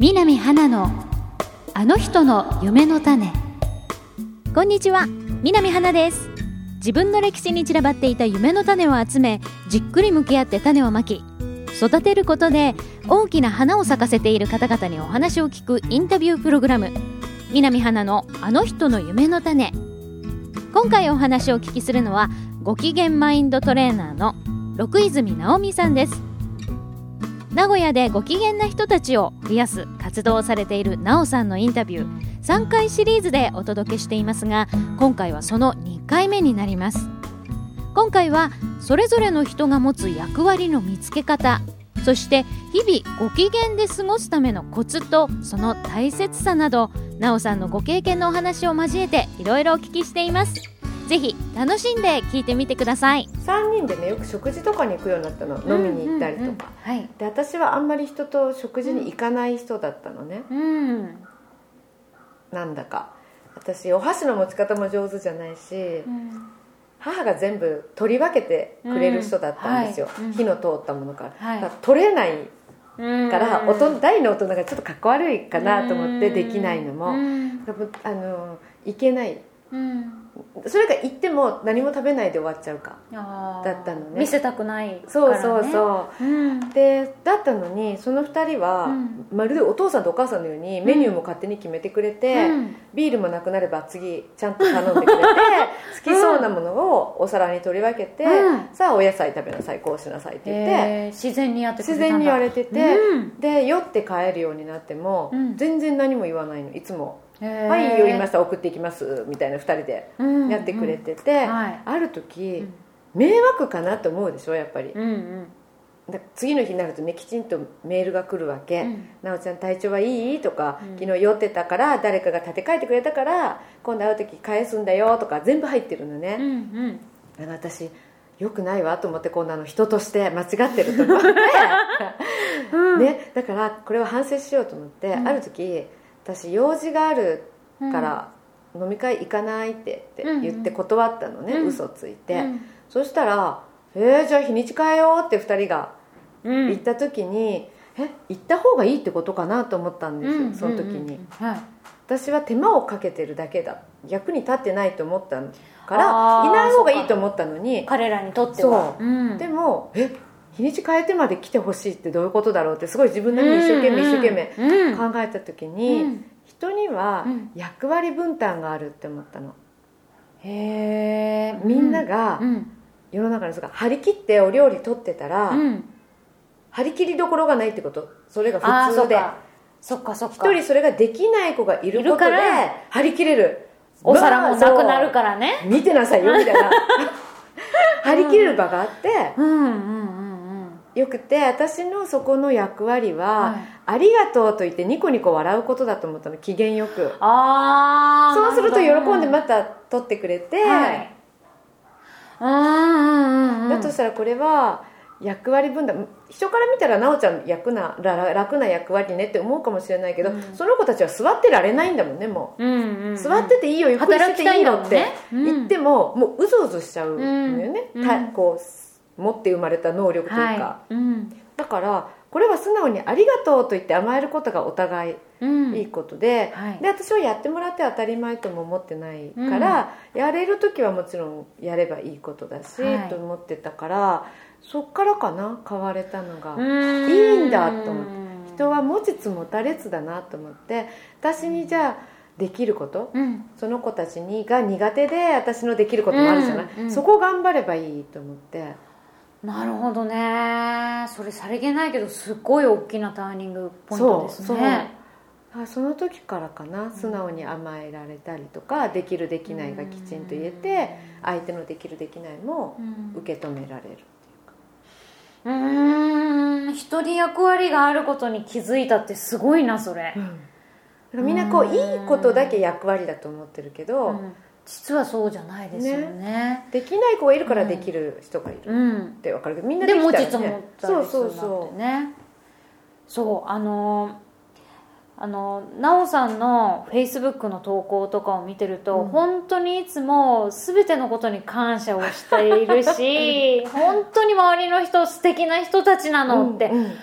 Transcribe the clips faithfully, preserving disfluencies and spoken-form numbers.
南花のあの人の夢の種。こんにちは、南花です。自分の歴史に散らばっていた夢の種を集め、じっくり向き合って種をまき、育てることで大きな花を咲かせている方々にお話を聞くインタビュープログラム、南花のあの人の夢の種。今回お話をお聞きするのは、ご機嫌マインドトレーナーの六泉直美さんです。名古屋でご機嫌な人たちを増やす活動をされているなおさんのインタビュー、さんかいシリーズでお届けしていますが、今回はそのにかいめになります。今回はそれぞれの人が持つ役割の見つけ方、そして日々ご機嫌で過ごすためのコツとその大切さなど、なおさんのご経験のお話を交えていろいろお聞きしています。ぜひ楽しんで聞いてみてください。 さんにんでね、よく食事とかに行くようになったの、飲みに行ったりとか、 うんうんうん、はい、 で私はあんまり人と食事に行かない人だったのね、うん、なんだか私お箸の持ち方も上手じゃないし、うん、母が全部取り分けてくれる人だったんですよ、うんはい、火の通ったものから、はい、だから取れないから、うん、大の大人がちょっとかっこ悪いかなと思ってできないのも、うん、あのいけない、うん、それが行っても何も食べないで終わっちゃうかだったのね。 見せたくないからね。 そうそうそう、うん、でだったのに、そのふたりは、うん、まるでお父さんとお母さんのようにメニューも勝手に決めてくれて、うん、ビールもなくなれば次ちゃんと頼んでくれて好きそうなものをお皿に取り分けて、うん、さあお野菜食べなさい、こうしなさいって言って、 えー、自然にやってくれたんだ。 自然に言われてて、うん、で酔って帰るようになっても、うん、全然何も言わないの、いつもはい酔いました、送っていきますみたいなふたりでやってくれてて、うんうんはい、ある時、うん、迷惑かなと思うでしょやっぱり、うんうん、だ次の日になるとね、きちんとメールが来るわけ、うん、なおちゃん体調はいいとか、うん、昨日酔ってたから誰かが立て替えてくれたから今度会う時返すんだよとか全部入ってるのね、うんうん、だから私よくないわと思って、こんなの人として間違ってると思って、うんね、だからこれは反省しようと思って、うん、ある時私用事があるから飲み会行かないって言って断ったのね、うん、嘘ついて、うん、そしたらえー、じゃあ日にち変えようってふたりが言った時に、うん、え行った方がいいってことかなと思ったんですよ、うん、その時に、うんはい、私は手間をかけてるだけだ、役に立ってないと思ったからいない方がいいと思ったのに、 彼らにとってはそう、うん、でもえ日にち変えてまで来てほしいってどういうことだろうってすごい自分なりに一生懸命一生懸命考えた時に、うん、人には役割分担があるって思ったの、うん、へー、みんなが世の中の人が張り切ってお料理取ってたら、うん、張り切りどころがないってこと、それが普通で、 そっかそっか、 一人それができない子がいることで張り切れる、 お皿もなくなるからね、 見てなさいよみたいな張り切れる場があって、うんうんうんよくて、私のそこの役割は、はい、ありがとうと言ってニコニコ笑うことだと思ったの、機嫌よく。あそうすると喜んでまた取ってくれて、はい、うんうんうん、だとしたらこれは役割分担、人から見たらなおちゃん楽な楽な役割ねって思うかもしれないけど、うん、その子たちは座ってられないんだもんね、もう、うんうんうん、座ってていいよ、ゆっくりしてていいのって言っても、もううずうずしちゃうんだよね、うんうん、こう持って生まれた能力というか、はいうん、だからこれは素直にありがとうと言って甘えることがお互いいいことで、うんはい、で私はやってもらって当たり前とも思ってないから、うん、やれる時はもちろんやればいいことだし、はい、と思ってたから、そっからかな、変われたのがいいんだと思って、人は持ちつ持たれつだなと思って、私にじゃあできること、うん、その子たちにが苦手で私のできることもあるじゃない、うんうん、そこを頑張ればいいと思って。 なるほどね、それさりげないけどすごい大きなターニングポイントですね。 そうそう、その時からかな、素直に甘えられたりとか、できるできないがきちんと言えて、相手のできるできないも受け止められるっていうか、 うーん、一人役割があることに気づいたってすごいな、それ、うん、だからみんなこういいことだけ役割だと思ってるけど、うん実はそうじゃないですよ ね, ねできない子がいるからできる人がいる、うん、って分かるけど、みんなできたらね、 で持ちつ持ったりするなんてね。そう、あのあのなおさんのフェイスブックの投稿とかを見てると、うん、本当にいつも全てのことに感謝をしているし本当に周りの人素敵な人たちなのって、うんうん、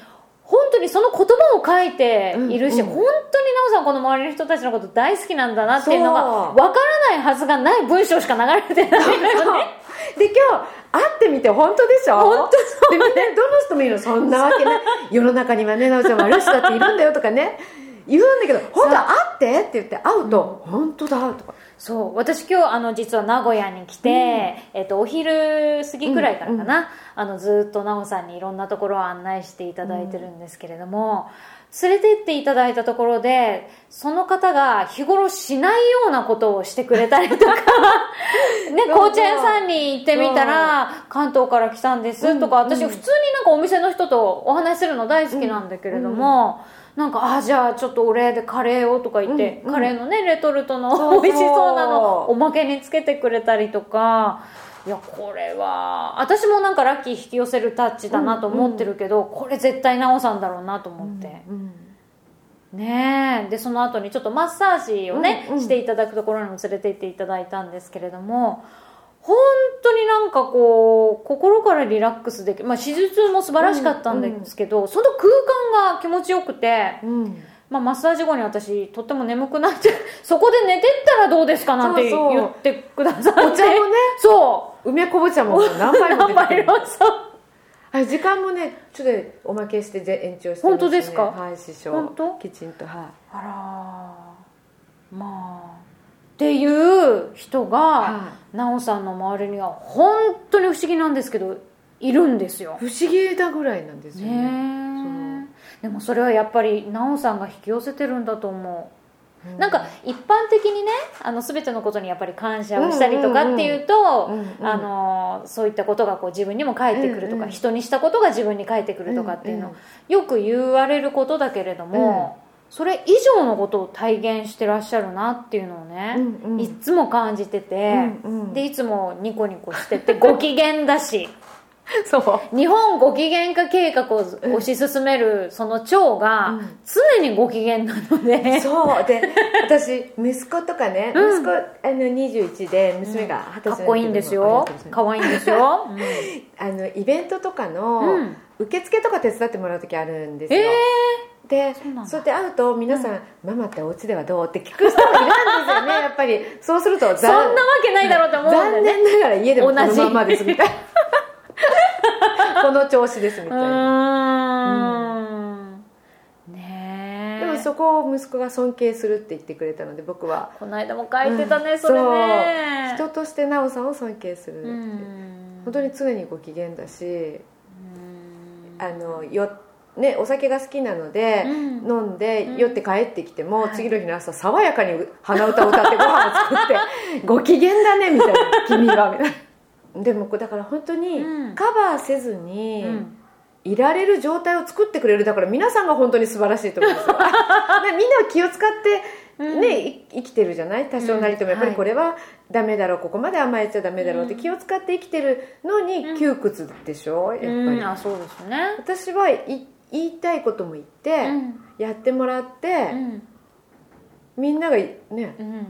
本当にその言葉を書いているし、うんうん、本当になおさんこの周りの人たちのこと大好きなんだなっていうのが分からないはずがない文章しか流れてないのよね。 で今日会ってみて本当でしょ。 本当そう、ね、 でみんなどの人もいるのそんなわけない世の中にはねなおちゃん悪い人だっているんだよとかね言うんだけど本当会ってって言って会うと、うん、本当だとか。 そう私今日あの実は名古屋に来て、うんえっと、お昼過ぎくらいからかな、うんうん、あのずっとなおさんにいろんなところを案内していただいてるんですけれども、うん、連れてっていただいたところでその方が日頃しないようなことをしてくれたりとかね、紅茶屋さんに行ってみたら関東から来たんですとか、うん、私普通になんかお店の人とお話しするの大好きなんだけれども、うんうんなんかあじゃあちょっとお礼でカレーをとか言って、うんうん、カレーのねレトルトの美味しそうなのおまけにつけてくれたりとかいやこれは私もなんかラッキー引き寄せるタッチだなと思ってるけど、うんうん、これ絶対なおさんだろうなと思って、うんうん、ねえでその後にちょっとマッサージをね、うんうん、していただくところにも連れて行っていただいたんですけれども本当になんかこう心からリラックスできる、まあ、手術も素晴らしかったんですけど、うんうん、その空間が気持ちよくて、うんまあ、マッサージ後に私とっても眠くなってそこで寝てったらどうですかなんて言ってくださってお茶もねそう梅昆布茶も何杯も出てくる何杯もそうあ時間もねちょっとおまけして延長してますね。 本当ですか。 はい師匠本当きちんとはいあらまあっていう人が、はい、なおさんの周りには本当に不思議なんですけどいるんですよ。 不思議なぐらいなんですよ ね, ねでもそれはやっぱりなおさんが引き寄せてるんだと思う、うん、なんか一般的にねあの全てのことにやっぱり感謝をしたりとかっていうと、うんうんうん、あのそういったことがこう自分にも返ってくるとか、うんうん、人にしたことが自分に返ってくるとかっていうの、うんうん、よく言われることだけれども、うんそれ以上のことを体現してらっしゃるなっていうのをね、うんうん、いつも感じてて、うんうん、でいつもニコニコしててご機嫌だしそう日本ご機嫌化計画を推し進めるその長が常にご機嫌なので、 うん、そうで私息子とかね、うん、息子あのにじゅういちで娘がはたち、 うん、かっこいいんですよかわいいんですよ、うん、 あのイベントとかの受付とか手伝ってもらう時あるんですよ、えーでそうやって会うと皆さん、うん、ママってお家ではどうって聞く人もいるんですよねやっぱりそうするとそんなわけないだろうと思うんだよね残念ながら家でもこのままですみたいなこの調子ですみたいなうんねでもそこを息子が尊敬するって言ってくれたので僕はこの間も書いてたね、うん、それねそう人としてなおさんを尊敬するって本当に常にご機嫌だしあのよね、お酒が好きなので、うん、飲んで酔って帰ってきても、うん、次の日の朝爽やかに鼻歌を歌ってご飯を作ってご機嫌だねみたいな君はみたいなでもだから本当にカバーせずにいられる状態を作ってくれるだから皆さんが本当に素晴らしいと思うんですよみんなは気を使ってね、うん、生きてるじゃない多少なりともやっぱりこれはダメだろうここまで甘えちゃダメだろうって気を使って生きてるのに窮屈でしょやっぱり、うん、 あそうですね私はい言いたいことも言って、うん、やってもらって、うん、みんながね、うん、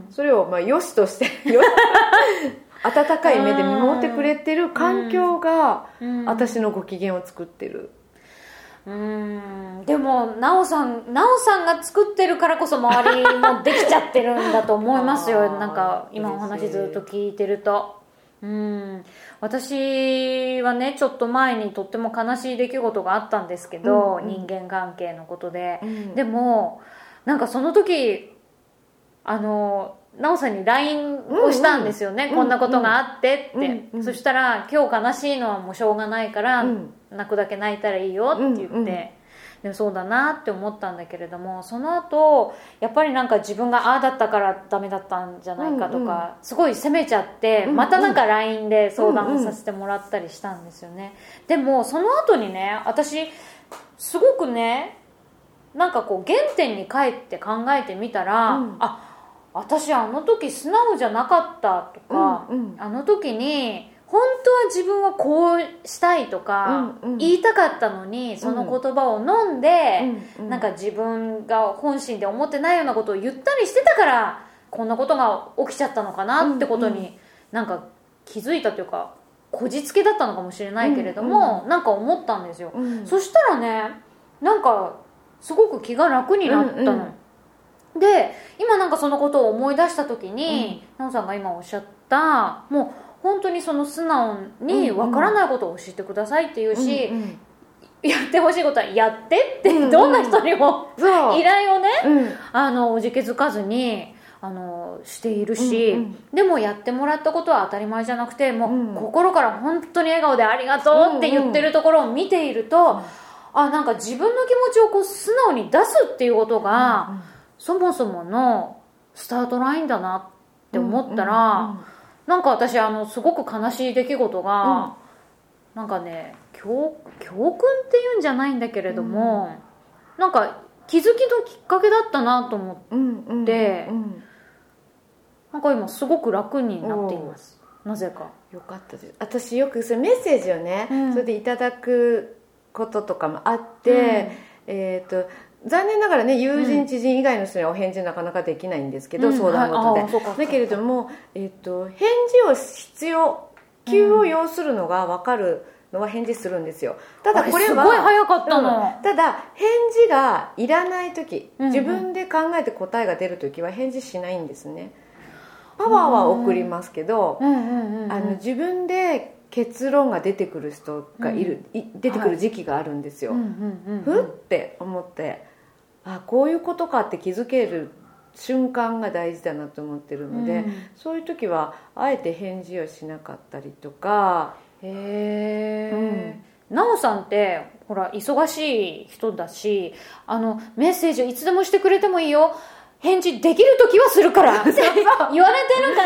それをまあ良しとして温かい目で見守ってくれてる環境が、うん、私のご機嫌を作ってるうんでもなおさんなおさんが作ってるからこそ周りもできちゃってるんだと思いますよなんか今お話ずっと聞いてるとうん私はねちょっと前にとっても悲しい出来事があったんですけど、うんうん、人間関係のことで、うん、でもなんかその時あのなおさんに ライン をしたんですよね、うんうん、こんなことがあってって、うんうん、そしたら今日悲しいのはもうしょうがないから、うん、泣くだけ泣いたらいいよって言って、うんうんでもそうだなって思ったんだけれどもその後やっぱりなんか自分がああだったからダメだったんじゃないかとか、うんうん、すごい責めちゃって、うんうん、またなんか ライン で相談させてもらったりしたんですよね、うんうん、でもその後にね私すごくねなんかこう原点に帰って考えてみたら、うん、あ私あの時素直じゃなかったとか、うんうん、あの時に本当は自分はこうしたいとか言いたかったのに、うんうん、その言葉を飲んで、うんうん、なんか自分が本心で思ってないようなことを言ったりしてたからこんなことが起きちゃったのかなってことになんか気づいたというかこじつけだったのかもしれないけれども、うんうん、なんか思ったんですよ、うん、そしたらねなんかすごく気が楽になったの、うんうん、で今なんかそのことを思い出した時に、うん、なおさんが今おっしゃったもう本当にその素直に分からないことを教えてくださいっていうし、うんうん、やってほしいことはやってって、うんうん、どんな人にも依頼をね、うん、あのおじけづかずにあのしているし、うんうん、でもやってもらったことは当たり前じゃなくてもう、うん、心から本当に笑顔でありがとうって言ってるところを見ていると、うんうん、あなんか自分の気持ちをこう素直に出すっていうことが、うんうん、そもそものスタートラインだなって思ったら、うんうんうん、なんか私あのすごく悲しい出来事が、うん、なんかね 教, 教訓っていうんじゃないんだけれども、うん、なんか気づきのきっかけだったなと思って、うんうんうん、なんか今すごく楽になっています。なぜかよかったです。私よくそれメッセージをね、うん、それでいただくこととかもあって、うん、えーと残念ながらね友人知人以外の人にはお返事なかなかできないんですけど、うん、相談事で、はい、だけれども、えーと、返事を必要急を要するのが分かるのは返事するんですよ。ただこれはすごい早かったの、 うん、ただ返事がいらない時、うんうん、自分で考えて答えが出る時は返事しないんですね。パワーは送りますけど、あの自分で結論が出てくる人がいる、うん、出てくる時期があるんですよ、はい、ふって思ってあこういうことかって気づける瞬間が大事だなと思ってるので、うん、そういう時はあえて返事をしなかったりとか。 へえ、うん、なおさんってほら忙しい人だしあのメッセージをいつでもしてくれてもいいよ返事できる時はするからって言われてるから、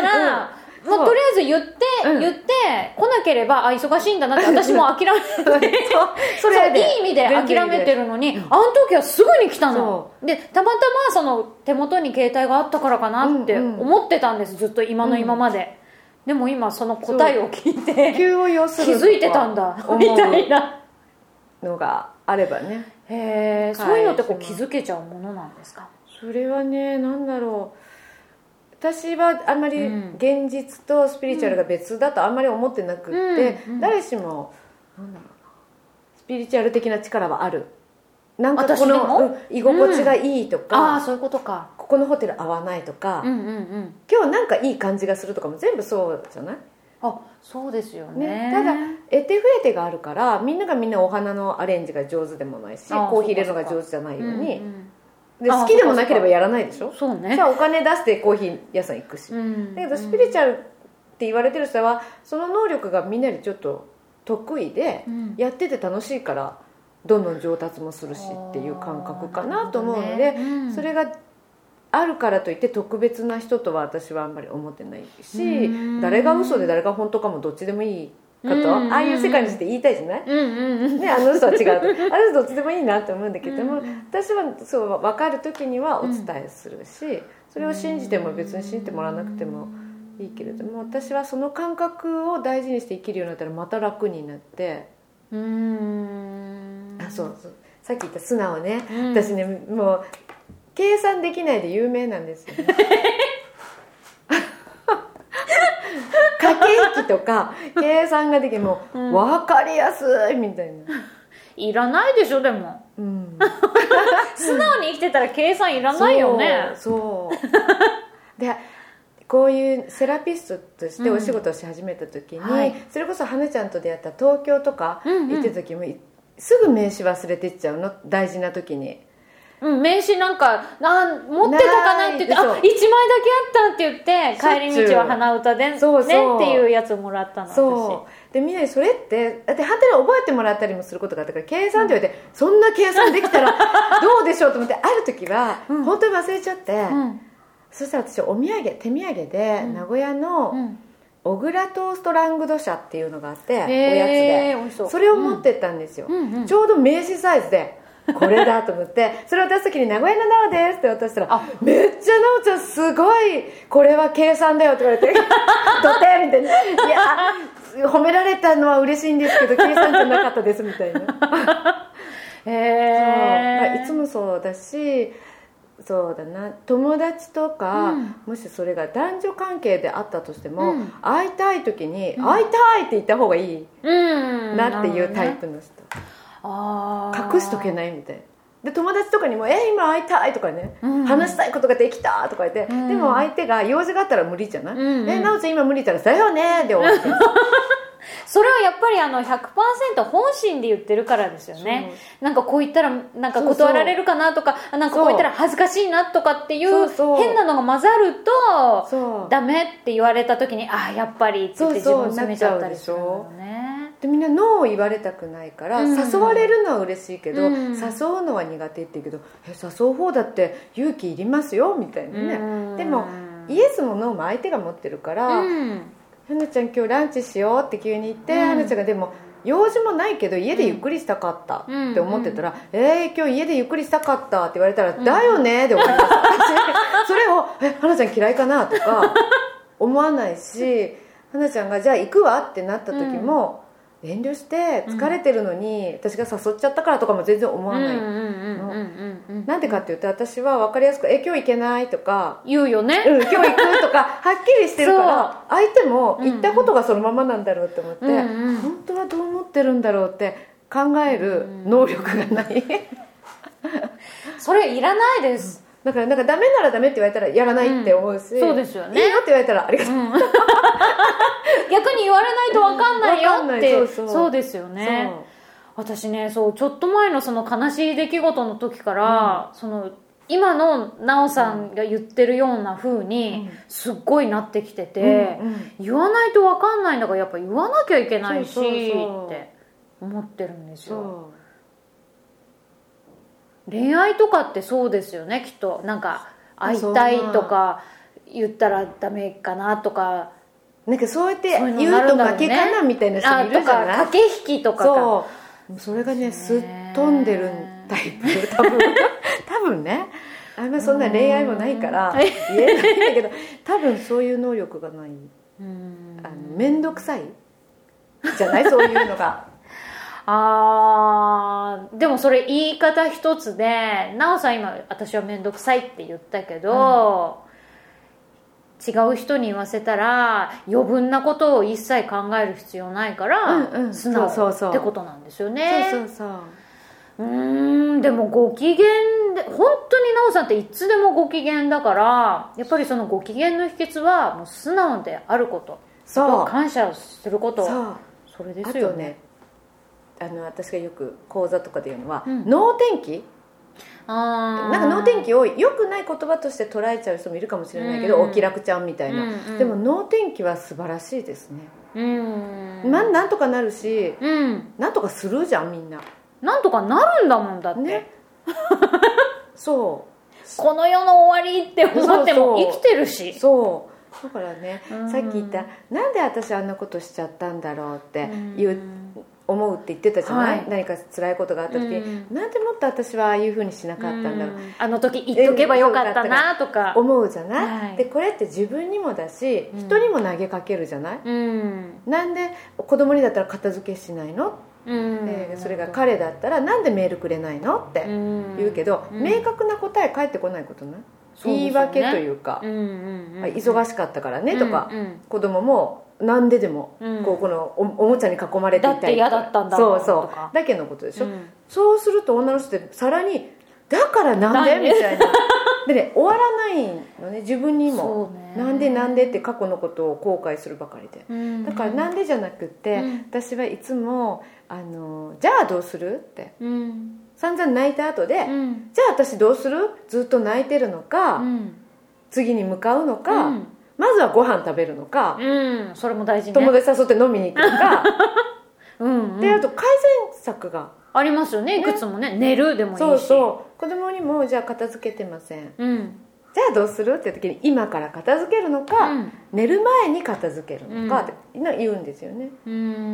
うんまあ、とりあえず言って、うん、言って来なければあ忙しいんだなって私も諦めてそれでいい意味で諦めてるのに、うん、あの時はすぐに来たのでたまたまその手元に携帯があったからかなって思ってたんです、ずっと今の今まで、うん、でも今その答えを聞いて急を要する気づいてたんだみたいなのがあればね。 へえ、そういうのってこう気づけちゃうものなんですか？ それはね、なんだろう、私はあんまり現実とスピリチュアルが別だとあんまり思ってなくって、うんうん、誰しもなんだろうな、スピリチュアル的な力はある。なんかこの、うん、居心地がいいとか、 うん、ああそういうことか、 ここのホテル合わないとか、 うんうんうん、 今日なんかいい感じがするとかも全部そうじゃない？ あ、そうですよ ね, ね。ただ得手不得手があるからみんながみんなお花のアレンジが上手でもないし、コーヒー入れるのが上手じゃないように、うんうん、で好きでもなければやらないでしょ。 そうね。 じゃあお金出してコーヒー屋さん行くし、うん、だけどスピリチュアルって言われてる人はその能力がみんなよりちょっと得意で、うん、やってて楽しいからどんどん上達もするしっていう感覚かなと思うので、ねうん、それがあるからといって特別な人とは私はあんまり思ってないし、誰が嘘で誰が本当かもどっちでもいいかと、ああいう世界にして言いたいじゃない、ね、あの人は違うとあの人どっちでもいいなと思うんだけども、私はそう分かる時にはお伝えするし、それを信じても別に信じてもらわなくてもいいけれども、私はその感覚を大事にして生きるようになったらまた楽になって、うーん、あ、そうそう、さっき言った素直ね、うん、私ねもう計算できないで有名なんですよね駆け引きとか計算ができもう分かりやすいみたいな、 いらないでしょでも、うん、素直に生きてたら計算いらないよね。 そうそうでこういうセラピストとしてお仕事をし始めた時に、うんはい、それこそ花ちゃんと出会った東京とか行ってた時も、うんうん、すぐ名刺忘れてっちゃうの、大事な時に。 うん、名刺なんかなん持ってたかなって言って、あ、いちまいだけあったって言って帰り道は鼻歌でねそうそうっていうやつをもらったの。 そうでみんなにそれってだって反対に覚えてもらったりもすることがあったから、計算って言われて、うん、そんな計算できたらどうでしょうと思って、ある時は本当に忘れちゃって、うん、そしたら私お土産手土産で名古屋の、うんうん小倉トーストラングド社っていうのがあって、おやつで そ, それを持ってったんですよ、うんうんうん、ちょうど名刺サイズでこれだと思ってそれを渡す時に名古屋のなおですって渡したら、あめっちゃなおちゃんすごいこれは計算だよって言われてドテみたいな、いや褒められたのは嬉しいんですけど計算じゃなかったですみたいなへえ、いつもそうだし、そうだな、友達とか、うん、もしそれが男女関係であったとしても、うん、会いたい時に、うん、会いたいって言った方がいいなっていうタイプの人、 あ隠しとけないみたいな。で友達とかにも「え今会いたい」とかね、うん、話したいことができたとか言って、うん、でも相手が用事があったら無理じゃない、うんうん、えなおちゃん今無理だったら「だよね」で終わってそれはやっぱりあの ひゃくパーセント 本心で言ってるからですよね。なんかこう言ったらなんか断られるかなとか、そうそうなんかこう言ったら恥ずかしいなとかっていう変なのが混ざるとダメって言われた時にああやっぱりって言って自分を責めちゃったりするのね。 でみんなノーを言われたくないから、うん、誘われるのは嬉しいけど、うん、誘うのは苦手って言うけどえ誘う方だって勇気いりますよみたいなね、うん、でもイエスもノーも相手が持ってるから、うん花ちゃん今日ランチしようって急に言って、うん、花ちゃんがでも用事もないけど家でゆっくりしたかったって思ってたら、うんうん、えー、今日家でゆっくりしたかったって言われたら、うん、だよねで終わりますそれをえ花ちゃん嫌いかなとか思わないし花ちゃんがじゃあ行くわってなった時も、うん、遠慮して疲れてるのに、うん、私が誘っちゃったからとかも全然思わないの。なんでかって言うと私は分かりやすく「え今日行けない?」とか言うよね、 うん、今日行くとかはっきりしてるから相手も言ったことがそのままなんだろうって思って、うんうん、本当はどう思ってるんだろうって考える能力がない、うん、 それいらないです。 だからなんかダメならダメって言われたらやらないって思うし、うん、 そうですよね。 いいよって言われたらありがとう、うん、 逆に言われないと分かんないよって、そうそう、そうですよね。私ねそうちょっと前のその悲しい出来事の時から、うん、その今のなおさんが言ってるような風にすっごいなってきてて、うんうん、言わないと分かんないんだからやっぱ言わなきゃいけないしって思ってるんですよ。恋愛とかってそうですよねきっと。なんか会いたいとか言ったらダメかなとかなんかそうやって言うと負けかなみたいな人いるじゃない。 駆け引きとかかそうそれがねすっ飛んでるタイプ多分多分ねあんまそんな恋愛もないから言えないんだけど多分そういう能力がない。うんあの面倒くさいじゃないそういうのがあーでもそれ言い方一つでなおさん今私は面倒くさいって言ったけど、うん、違う人に言わせたら余分なことを一切考える必要ないから、うんうん、素直ってことなんですよね。 そうそうそううーんでもご機嫌で本当になおさんっていつでもご機嫌だからやっぱりそのご機嫌の秘訣はもう素直であること、そう感謝すること、そうそれですよね。 あの私がよく講座とかで言うのは、うん、能天気あなんか能天気を良くない言葉として捉えちゃう人もいるかもしれないけど、うん、お気楽ちゃんみたいな、うんうん、でも能天気は素晴らしいですね、うん、まあなんとかなるし、うん、なんとかするじゃんみんななんとかなるんだもんだって、ね、 そうこの世の終わりって思っても生きてるしそうだからね、うん、さっき言ったなんで私あんなことしちゃったんだろうっていう、うん思うって言ってたじゃない、はい、何か辛いことがあった時、うん、なんでもっと私はああいう風にしなかったんだろう、うん、 あの時言っとけばよかったなとか思うじゃない、はい、でこれって自分にもだし、うん、人にも投げかけるじゃない、うん、なんで子供にだったら片付けしないの、うんえー、それが彼だったらなんでメールくれないのって言うけど、うん、明確な答え返ってこないことない、言い訳というか、うんうんうんうん、忙しかったからねとか、うんうん、子供もなんででも、うん、こうこの お, おもちゃに囲まれていたりだって嫌だったんだそうそうだけのことでしょ、うん、そうすると女の人ってさらにだからなんでみたいなでね終わらないのね自分にも、ね、なんでなんでって過去のことを後悔するばかりで、うん、だからなんでじゃなくって、うん、私はいつもあのじゃあどうするって、うん、散々泣いた後で、うん、じゃあ私どうするずっと泣いてるのか、うん、次に向かうのか、うんまずはご飯食べるのか、 うん、それも大事ね。 友達誘って飲みに行くのかうん、うん、であと改善策がありますよね。いくつもね、寝るでもいいしそうそう子供にもじゃあ片付けてません、うん、じゃあどうするって時に今から片付けるのか、うん、寝る前に片付けるのかって言うんですよね、うん、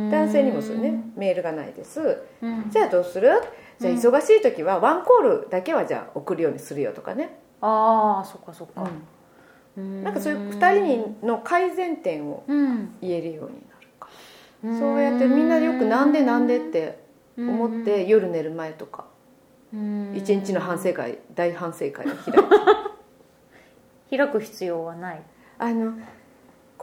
男性にもそうねメールがないです、うん、じゃあどうするじゃあ忙しい時はワンコールだけはじゃあ送るようにするよとかね。 ああそっかそっか、うんなんかそういうふたりの改善点を言えるようになるか、うん、そうやってみんなよくなんでなんでって思って夜寝る前とか一日の反省会大反省会を開く開く必要はない。 あの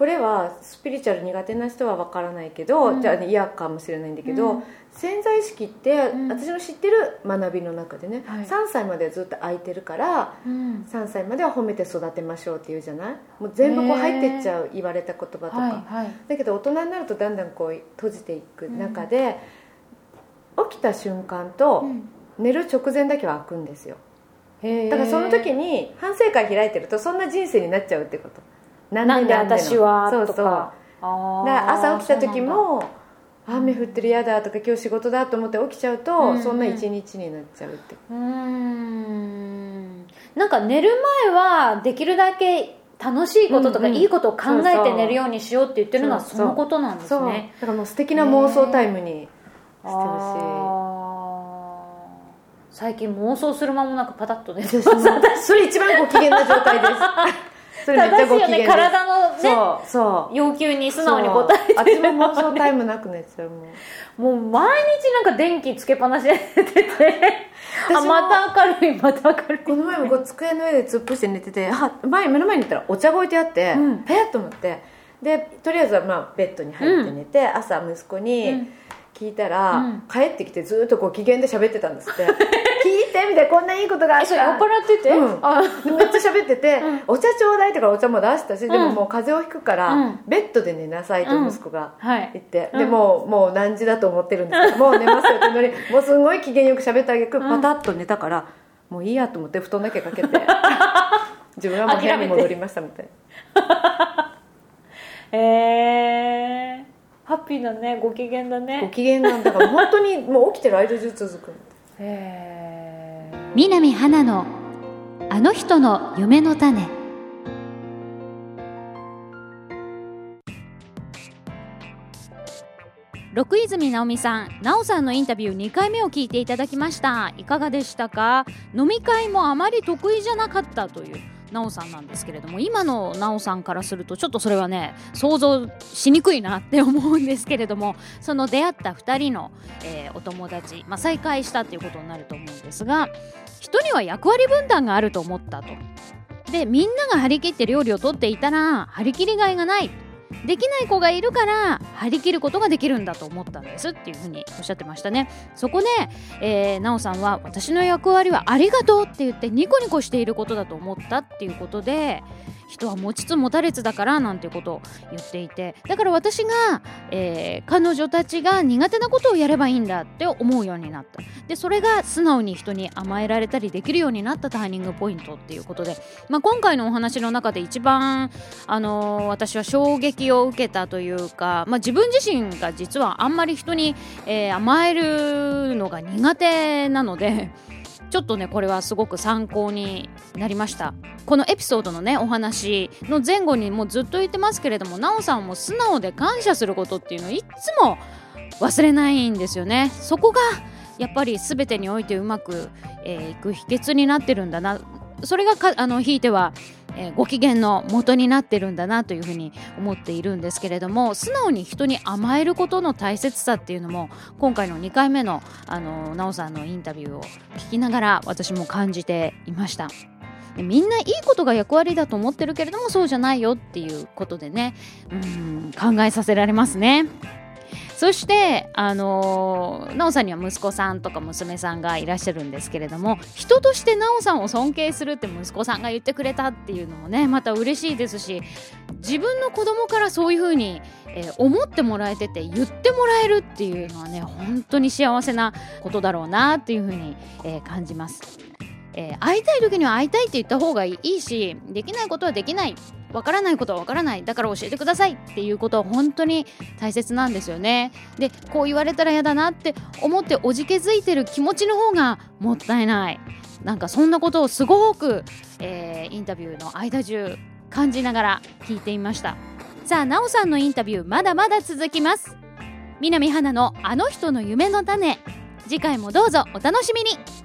これはスピリチュアル苦手な人は分からないけど、うん、じゃあ、ね、嫌かもしれないんだけど、うん、潜在意識って、うん、私の知ってる学びの中でね、はい、さんさいまでずっと空いてるから、うん、さんさいまでは褒めて育てましょうっていうじゃない。もう全部こう入ってっちゃう、言われた言葉とか、はいはい、だけど大人になるとだんだんこう閉じていく中で、うん、起きた瞬間と寝る直前だけは開くんですよ。だからその時に反省会開いてるとそんな人生になっちゃうってこと。 なんで私はそうそう。 とかあだから朝起きた時も雨降ってる嫌だとか今日仕事だと思って起きちゃうと、うんうん、そんな一日になっちゃうって。 うーんなんか寝る前はできるだけ楽しいこととか、うんうん、いいことを考えて寝るようにしようって言ってるのはそのことなんですね。そうそうだからもう素敵な妄想タイムにしてほしい。最近妄想する間もなくパタッとねそれ一番ご機嫌な状態ですそれめっちゃご機嫌です。 体のねそうそう要求に素直に応えてる、 あっちも妄想タイムなくなっちゃう。もうもう毎日なんか電気つけっぱなしで寝ててあまた明るいまた明るい。 この前もこう机の上で突っ伏して寝ててあ前目の前に行ったらお茶が置いてあって、うん、えっと思ってでとりあえずはまあベッドに入って寝て、うん、朝息子に、うん聞いたら、うん、帰ってきてずっとご機嫌で喋ってたんですって聞いてみてこんないいことがあった。 それ酔っ払ってて、 うん、あめっちゃ喋ってて、うん、お茶ちょうだいとかお茶も出したし、うん、でももう風邪をひくから、うん、ベッドで寝なさいと息子が言って、うんはい、でもうもう何時だと思ってるんですけど、うん、もう寝ますよってのにもうすごい機嫌よく喋ってあげくパタッと寝たから、うん、もういいやと思って布団だけかけて自分はもう部屋に戻りましたみたいなへえーハッピーだね、ご機嫌だね。 ご機嫌なんだから本当にもう起きてる間中続く。 へー。 南花のあの人の夢の種。 六泉直美さん、なおさんのインタビューにかいめを聞いていただきました。いかがでしたか？飲み会もあまり得意じゃなかったというなおさんなんですけれども、今のなおさんからするとちょっとそれはね想像しにくいなって思うんですけれども、その出会ったふたりの、えー、お友達、まあ、再会したっていうことになると思うんですが、人には役割分担があると思ったと。でみんなが張り切って料理をとっていたら張り切りがいがない、できない子がいるから張り切ることができるんだと思ったんですっていうふうにおっしゃってましたね。そこで、えー、なおさんは私の役割はありがとうって言ってニコニコしていることだと思ったっていうことで、人は持ちつ持たれつだからなんていうことを言っていて、だから私が、えー、彼女たちが苦手なことをやればいいんだって思うようになった。でそれが素直に人に甘えられたりできるようになったターニングポイントっていうことで、まあ、今回のお話の中で一番、あのー、私は衝撃を受けたというか、まあ、自分自身が実はあんまり人に、えー、甘えるのが苦手なので、ちょっとねこれはすごく参考になりました。このエピソードのねお話の前後にもうずっと言ってますけれども、なおさんも素直で感謝することっていうのをいつも忘れないんですよね。そこがやっぱり全てにおいてうまく、えー、いく秘訣になってるんだな。それがかあのひいてはえー、ご機嫌の元になってるんだなというふうに思っているんですけれども、素直に人に甘えることの大切さっていうのも今回のにかいめの、あのなおさんのインタビューを聞きながら私も感じていました。でみんないいことが役割だと思ってるけれどもそうじゃないよっていうことでね、うーん考えさせられますね。そして、あのー、なおさんには息子さんとか娘さんがいらっしゃるんですけれども、人としてなおさんを尊敬するって息子さんが言ってくれたっていうのもねまた嬉しいですし、自分の子供からそういう風に、えー、思ってもらえてて言ってもらえるっていうのはね本当に幸せなことだろうなっていう風に、えー、感じます。えー、会いたい時には会いたいって言った方がいいし、できないことはできない、わからないことはわからない、だから教えてくださいっていうことは本当に大切なんですよね。でこう言われたら嫌だなって思っておじけづいてる気持ちの方がもったいない。なんかそんなことをすごく、えー、インタビューの間中感じながら聞いていました。さあなおさんのインタビューまだまだ続きます。南花のあの人の夢の種、次回もどうぞお楽しみに。